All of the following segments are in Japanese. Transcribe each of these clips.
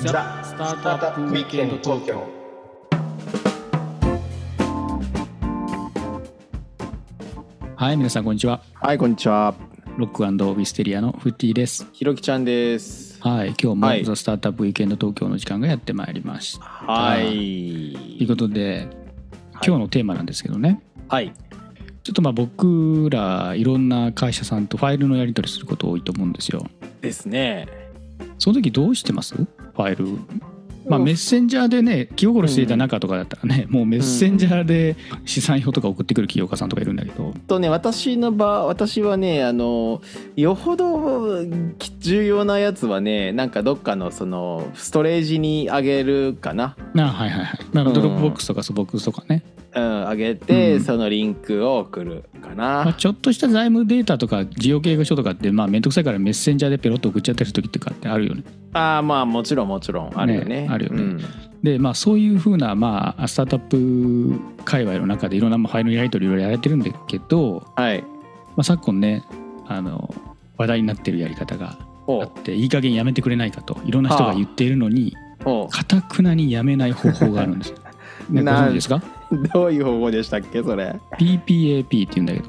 ザ・スタートアップウィークエンド東京。 はい、皆さんこんにちは。 はい、こんにちは。 ロック&ウィステリアのフッティです。 ひろきちゃんです。 はい、今日もザ・スタートアップウィークエンド東京の時間がやってまいりました。 はい。 ということで、今日のテーマなんですけどね。 はい。 ちょっと僕らいろんな会社さんとファイルのやり取りすること多いと思うんですよ。 ですね。 その時どうしてます？ファイル。メッセンジャーでね、気心していた中とかだったらね、もうメッセンジャーで資産表とか送ってくる起業家さんとかいるんだけど、 私はね、よほど重要なやつはね、なんかどっかのそのストレージにあげるかな。 はいはいはい。ドロップボックスとかソボックスとかね。 あげて、そのリンクを送るかな。 ちょっとした財務データとか事業計画書とかってめんどくさいからメッセンジャーでペロッと送っちゃったりする時とかってあるよね。 もちろんあるよね。 あるよね。でそういう風なスタートアップ界隈の中でいろんなファイルのやり取りいろいろやられてるんだけど、 はい。 昨今ね話題になってるやり方があって、いい加減やめてくれないかといろんな人が言っているのにかたくなにやめない方法があるんですよ。ね、ご存知ですか？ どういう方法でしたっけそれ。 PPAP って言うんだけど、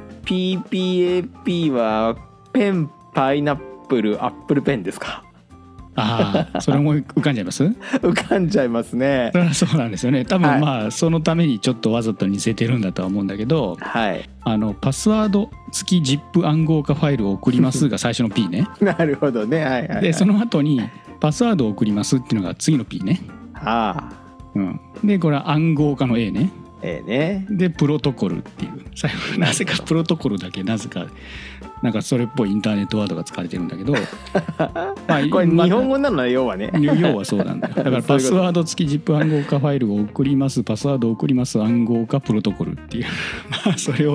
PPAP はペンパイナップルアップルペンですか？ それも浮かんじゃいます？ 浮かんじゃいますね。 そうなんですよね。多分そのためにちょっとわざと似せてるんだとは思うんだけど、 はい、 パスワード付き ZIP 暗号化ファイルを送りますが最初の P ね。 なるほどね。はいはい、はい、 でその後にパスワードを送りますっていうのが次の P ね。でこれは暗号化の A ね。 ね。 でプロトコルっていう最後なぜかプロトコルだけなぜかなんかそれっぽいインターネットワードが使われてるんだけどこれ日本語なの要はね。 要はそうなんだよ。だからパスワード付き ZIP 暗号化ファイルを送ります、パスワードを送ります、暗号化プロトコルっていうそれを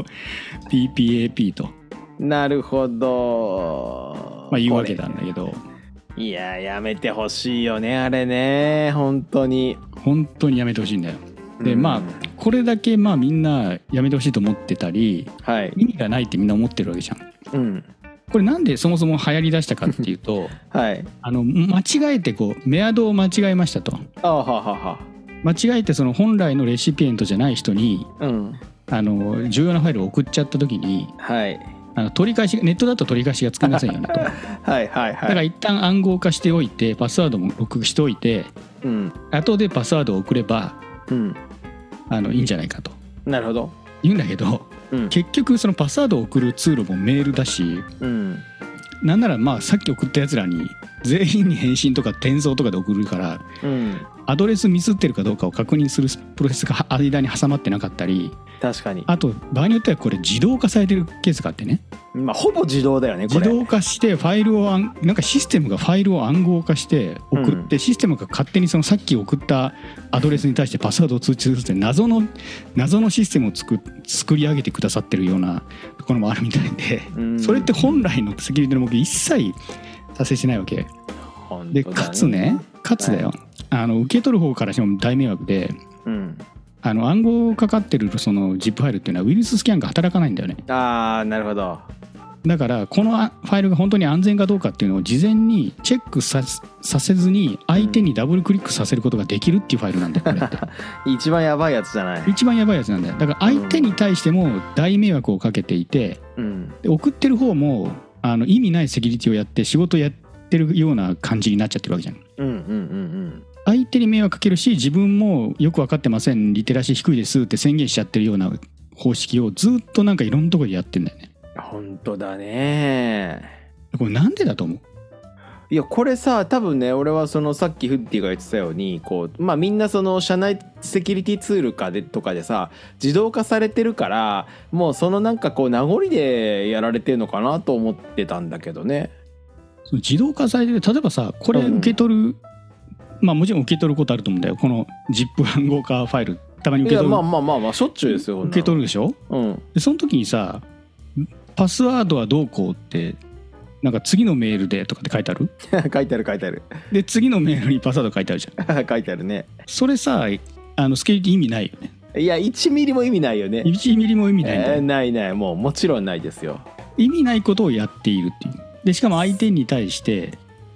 PPAP となるほど言うわけなんだけど、 いややめてほしいよねあれね。本当にやめてほしいんだよ。でこれだけみんなやめてほしいと思ってたり、意味がないってみんな思ってるわけじゃん。これなんでそもそも流行りだしたかっていうと、間違えてメアドを間違えましたと。間違えてその本来のレシピエントじゃない人に、重要なファイルを送っちゃった時に、取り返しネットだと取り返しがつきませんよねと。だから一旦暗号化しておいてパスワードも録しておいて、後でパスワードを送ればいいんじゃないかと。 なるほど。 言うんだけど、結局そのパスワードを送るツールもメールだし、なんならさっき送ったやつらに全員に返信とか転送とかで送るから、アドレスミスってるかどうかを確認するプロセスが間に挟まってなかったり、 確かにあと場合によってはこれ自動化されてるケースがあってね。 ほぼ自動だよねこれ。 自動化してファイルをなんかシステムがファイルを暗号化して送って、システムが勝手にそのさっき送ったアドレスに対してパスワードを通知するって謎のシステムを作り上げてくださってるようなところもあるみたいで、それって本来のセキュリティの目的一切達成しないわけで、かつだよ、受け取る方からしても大迷惑で、暗号かかってるその ZIP ファイルっていうのはウイルススキャンが働かないんだよね。 なるほど。 だからこのファイルが本当に安全かどうかっていうのを事前にチェックさせずに相手にダブルクリックさせることができるっていうファイルなんだよこれって一番やばいやつじゃない。 一番やばいやつなんだよ。だから相手に対しても大迷惑をかけていて、で送ってる方も意味ないセキュリティをやって仕事をやってるような感じになっちゃってるわけじゃん。相手に迷惑かけるし自分もよく分かってません、リテラシー低いですって宣言しちゃってるような方式をずっとなんかいろんなところでやってんだよね。 本当だね。 これなんでだと思う？ いやこれさ、多分ね、俺はそのさっきフッティが言ってたようにみんなその社内セキュリティツールとかでさ自動化されてるから、もうそのなんか名残でやられてるのかなと思ってたんだけどね。 その自動化されてる、例えばさこれ受け取る、もちろん受け取ることあると思うんだよ。この ZIP 暗号化ファイルたまに受け取る。 しょっちゅうですよ。 受け取るでしょ。でその時にさパスワードはどうこうってなんか次のメールでとかって書いてある書いてある。 で次のメールにパスワード書いてあるじゃん書いてあるね。 それさセキュリティ意味ないよね。 いや1ミリも意味ないよね。 1ミリも意味ないんだよ。 ないもちろんないですよ。 意味ないことをやっているっていう。でしかも相手に対して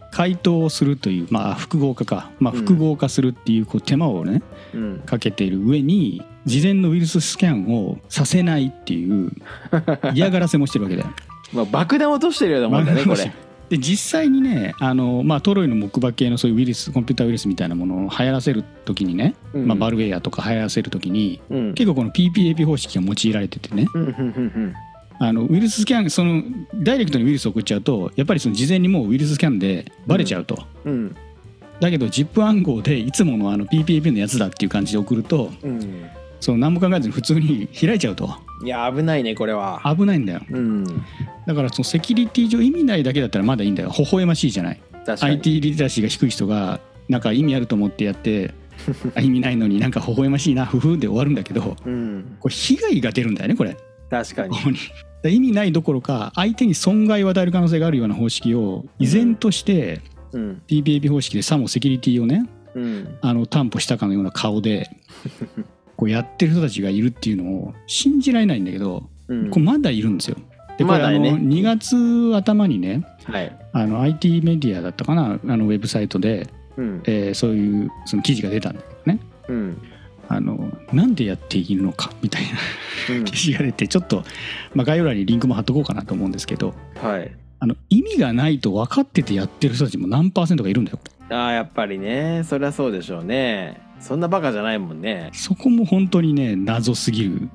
解凍をするという、まあ、複合化か、まあ、複合化するっていうこう手間をね、かけている上に事前のウイルススキャンをさせないっていう嫌がらせもしてるわけだよ。 まあ、爆弾落としてるようなもんだねこれ。 で実際にねまあ、トロイの木馬系のそういうウイルスコンピューターウイルスみたいなものを流行らせる時にね、まあ、バルウェアとか流行らせる時に、結構この PPAP 方式が用いられててね、ウイルススキャンそのダイレクトにウイルスを送っちゃうとやっぱりその事前にもうウイルススキャンでバレちゃうと、だけど ZIP 暗号でいつものPPAP のやつだっていう感じで送ると、その何も考えずに普通に開いちゃうと。 いや危ないねこれは。 危ないんだよ、だからそのセキュリティ上意味ないだけだったらまだいいんだよ。微笑ましいじゃない。 IT リテラシーが低い人がなんか意味あると思ってやって意味ないのになんか微笑ましいなふふで終わるんだけど、これ被害が出るんだよねこれ。 確かに意味ないどころか相手に損害を与える可能性があるような方式を依然として、PPAP 方式でさもセキュリティをね、担保したかのような顔でこうやってる人たちがいるっていうのを信じられないんだけど、これまだいるんですよ。でこれ2月頭にね、IT メディアだったかなウェブサイトで、そういうその記事が出たんだけどね、なんでやっているのかみたいな記事が出て、ちょっと、まあ、概要欄にリンクも貼っとこうかなと思うんですけど、意味がないと分かっててやってる人たちも何%がいるんだよこれ。 やっぱりねそりゃそうでしょうね。そんなバカじゃないもんね。 そこも本当にね謎すぎる。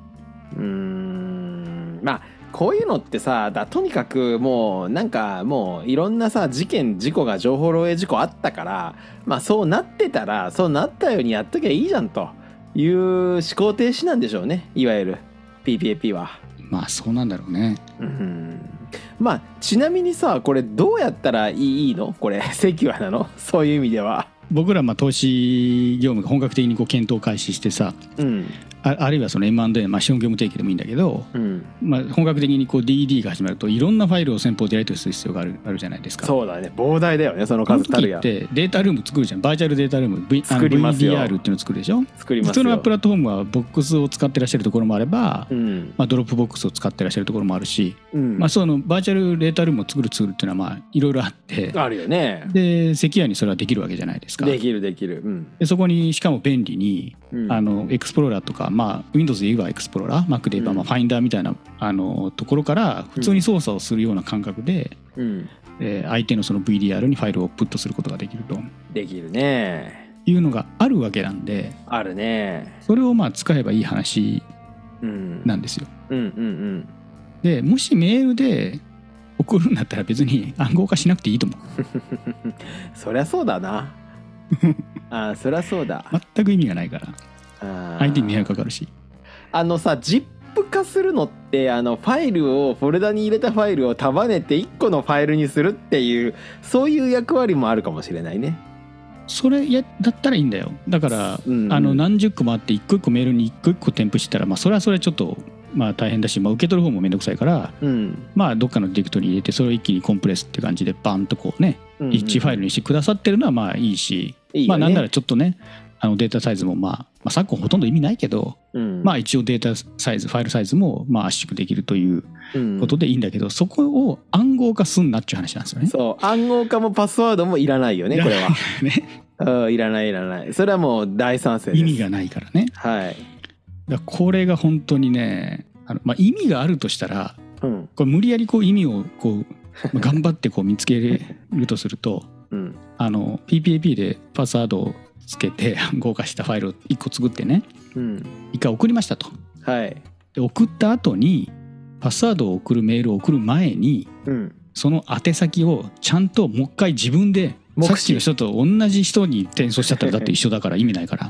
まあこういうのってさとにかくもうなんかもういろんなさ事故が情報漏洩事故あったから、まあそうなってたらそうなったようにやっときゃいいじゃんという思考停止なんでしょうね、いわゆる PPAP は。 まあそうなんだろうね。 まあちなみにさこれどうやったらいいのこれセキュアなのそういう意味では。 僕らまあ投資業務が本格的にこう検討開始してさ、あるいはその M&A、まあ、資本業務提携でもいいんだけど、まあ、本格的にこう DD が始まるといろんなファイルを先方でやり取りする必要があるじゃないですか。 そうだね膨大だよねその数たるや。 その時ってデータルーム作るじゃん。バーチャルデータルーム、 作りますよ。 VDR っていうのを作るでしょ。 作りますよ。 普通のプラットフォームはボックスを使ってらっしゃるところもあれば、まあ、ドロップボックスを使ってらっしゃるところもあるし、まあ、そのバーチャルデータルームを作るツールっていうのはまあいろいろあってあるよね。 でセキュアにそれはできるわけじゃないですか。 できる、 でそこにしかも便利に、エクスプローラーとか、まあ、Windows で言えばエクスプローラー Mac で言えば、まあ、ファインダーみたいなところから普通に操作をするような感覚で、相手のその VDR にファイルをプットすることができると。 できるね。 いうのがあるわけなんで。 あるね。 それをまあ使えばいい話なんですよ。でもしメールで送るんだったら別に暗号化しなくていいと思う。 そりゃそうだな。そりゃそうだ。 全く意味がないから相手に迷惑かかるし。 さ ZIP 化するのってファイルをフォルダに入れたファイルを束ねて1個のファイルにするっていうそういう役割もあるかもしれないね。 それだったらいいんだよ。だから、何十個もあって一個一個メールに一個一個添付したら、まあ、それはそれはちょっとまあ大変だし、まあ、受け取る方もめんどくさいから、まあどっかのディレクトリ入れてそれを一気にコンプレスって感じでバンとこうね、一ファイルにしてくださってるのはまあいいし、まあなんならちょっとねデータサイズもまあ昨今ほとんど意味ないけど、まあ一応データサイズファイルサイズもまあ圧縮できるということでいいんだけど、そこを暗号化すんなっちゅう話なんですよね。 そう暗号化もパスワードもいらないよねこれは。いらないそれはもう大賛成です。 意味がないからね。だこれが本当にねまあ、意味があるとしたら、これ無理やりこう意味をこう頑張ってこう見つけるとすると、PPAP でパスワードをつけて暗号化したファイルを1個作ってね、1回送りましたと。で送った後にパスワードを送るメールを送る前に、その宛先をちゃんともう一回自分でさっきの人と同じ人に転送しちゃったらだって一緒だから意味ないから、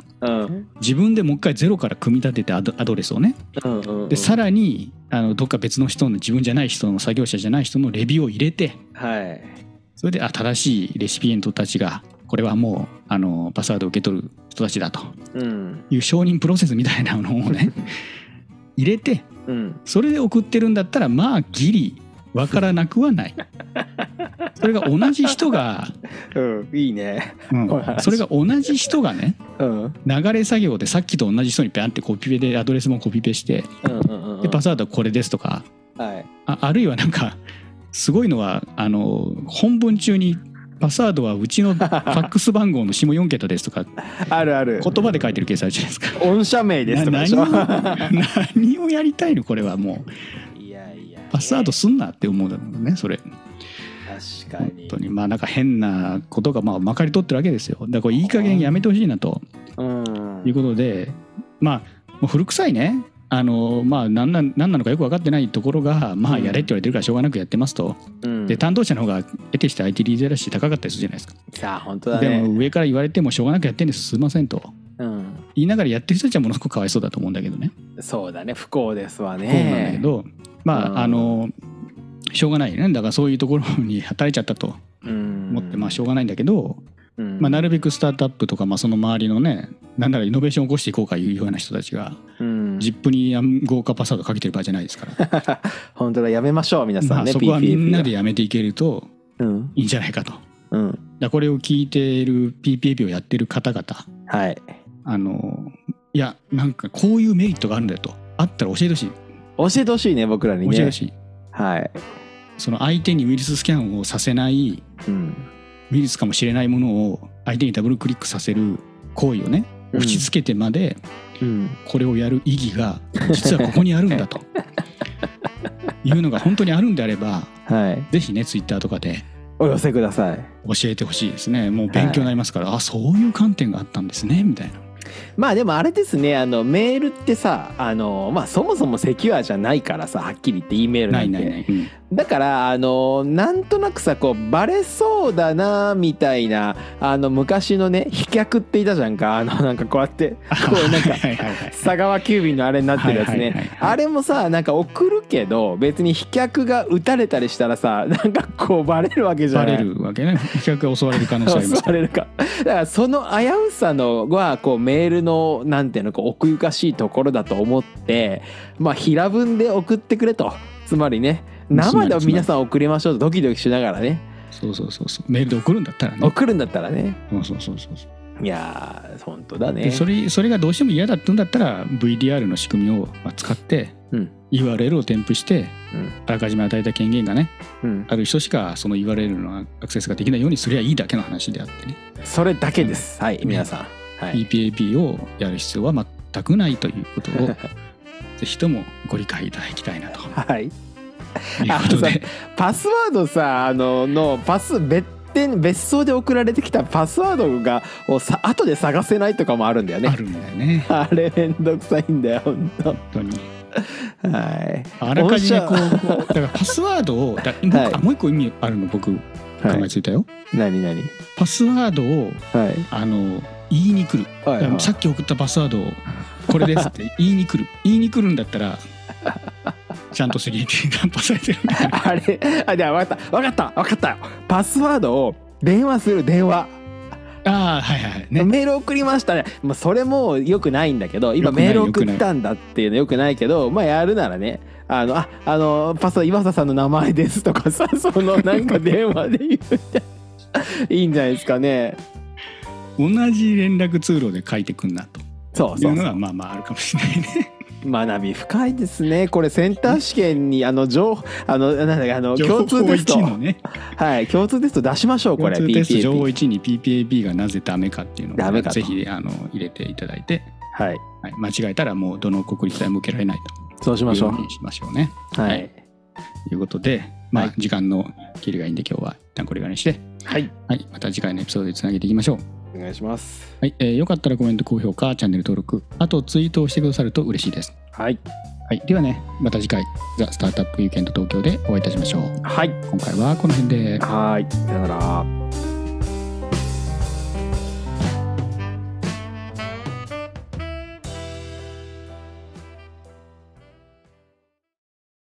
自分でもう一回ゼロから組み立ててアドレスをね、でさらにどっか別の人の自分じゃない人の作業者じゃない人のレビューを入れて、それで正しいレシピエントたちがこれはもうパスワードを受け取る人たちだという承認プロセスみたいなのをね入れて、それで送ってるんだったらまあギリ分からなくはない。それが同じ人が、 いいね、 それが同じ人がね、流れ作業でさっきと同じ人にペンってコピペでアドレスもコピペして、でパスワードはこれですとか、あるいはなんかすごいのは本文中にパスワードはうちのファックス番号の下4桁ですとかあるある言葉で書いてるケースあるじゃないですか。 御社名ですとかでしょ。 何をやりたいのこれはもう。いやパスワードすんなって思うだろうねそれ。 確かに本当になんか変なことがまかり取ってるわけですよ。だからこれいい加減やめてほしいなということで、もう古臭いね、何なのかよく分かってないところがやれって言われてるからしょうがなくやってますと、で担当者の方が得てして IT リテラシー高かったりするじゃないですか。 さあ本当だね。 でも上から言われてもしょうがなくやってるんです、すいませんと、言いながらやってる人たちはものすごくかわいそうだと思うんだけどね。 そうだね、不幸ですわね。 不幸なんだけどしょうがないね。だからそういうところに働いちゃったと思ってしょうがないんだけど、なるべくスタートアップとかその周りのね、なんならイノベーションを起こしていこうかいうような人たちが、ZIP に暗号化パスワードかけてる場合じゃないですから本当だ、やめましょう皆さんね。 そこはみんなでやめていけるといいんじゃないかと。だこれを聞いている PPAP をやってる方々、いやなんかこういうメリットがあるんだよと、あったら教えてほしい。 教えてほしいね、僕らにね。 教えてほしい。その相手にウイルススキャンをさせない、ウイルスかもしれないものを相手にダブルクリックさせる行為をね、押し付けてまでこれをやる意義が実はここにあるんだというのが本当にあるんであれば、ぜひねツイッターとかでお寄せください。 教えてほしいですね。もう勉強になりますから、そういう観点があったんですねみたいな。 でもあれですね、メールってさ、そもそもセキュアじゃないからさ、はっきり言って E メールなんてだからなんとなくさこうバレそうだなみたいな、昔のね飛脚っていたじゃんか、なんかこうやってこうなんか佐川急便のあれになってるやつね。あれもさなんか送るけど別に飛脚が撃たれたりしたらさ、なんかこうバレるわけじゃない。 バレるわけね。飛脚が襲われる可能性あります。 襲われるか。だからその危うさのはこうメールのなんていうのこう奥ゆかしいところだと思って、平文で送ってくれと。つまりね、生で皆さん送りましょうとドキドキしながらね。そうメールで送るんだったらね。 送るんだったらね。 そういやー本当だね。 それがどうしても嫌だったんだったら VDR の仕組みを使って、URL を添付して、あらかじめ与えた権限がね、ある人しかその URL のアクセスができないようにすりゃいいだけの話であってね。 それだけです。皆さん、 PPAP をやる必要は全くないということをぜひともご理解いただきたいなと。 パスワードさ別荘で送られてきたパスワードが後で探せないとかもあるんだよね。 あるんだよね。 あれめんどくさいんだよ本当に。 あらかじめこうだからパスワードをもう一個意味あるの僕考えついたよ。 何パスワードを言いに来る、さっき送ったパスワードをこれですって言いに来るんだったらちゃんとセキュリティ担保されてるみたいな。 じゃあ分かったよ。パスワードを電話する。メール送りましたね。それもよくないんだけど、今メール送ったんだっていうのよくないけど、やるならね、パスワード岩佐さんの名前ですとかさ、そのなんか電話で言ういいんじゃないですかね。 同じ連絡通路で書いてくんなというのはあるかもしれないね。 学び深いですね。これセンター試験に共通テストのね、共通テスト出しましょう。これ共通テスト情報1に PPAP がなぜダメかっていうのをぜひ入れていただいて、間違えたらもうどの国立大も受けられないと。 そうしましょう。 しましょうね。ということで、時間の切りがいいんで今日は一旦これぐらいにして、また次回のエピソードでつなげていきましょう。 お願いします。 よかったらコメント、高評価、チャンネル登録、あとツイートをしてくださると嬉しいです。ではね、また次回ザ・スタートアップウィーケンド東京でお会いいたしましょう。今回はこの辺で。 さよなら。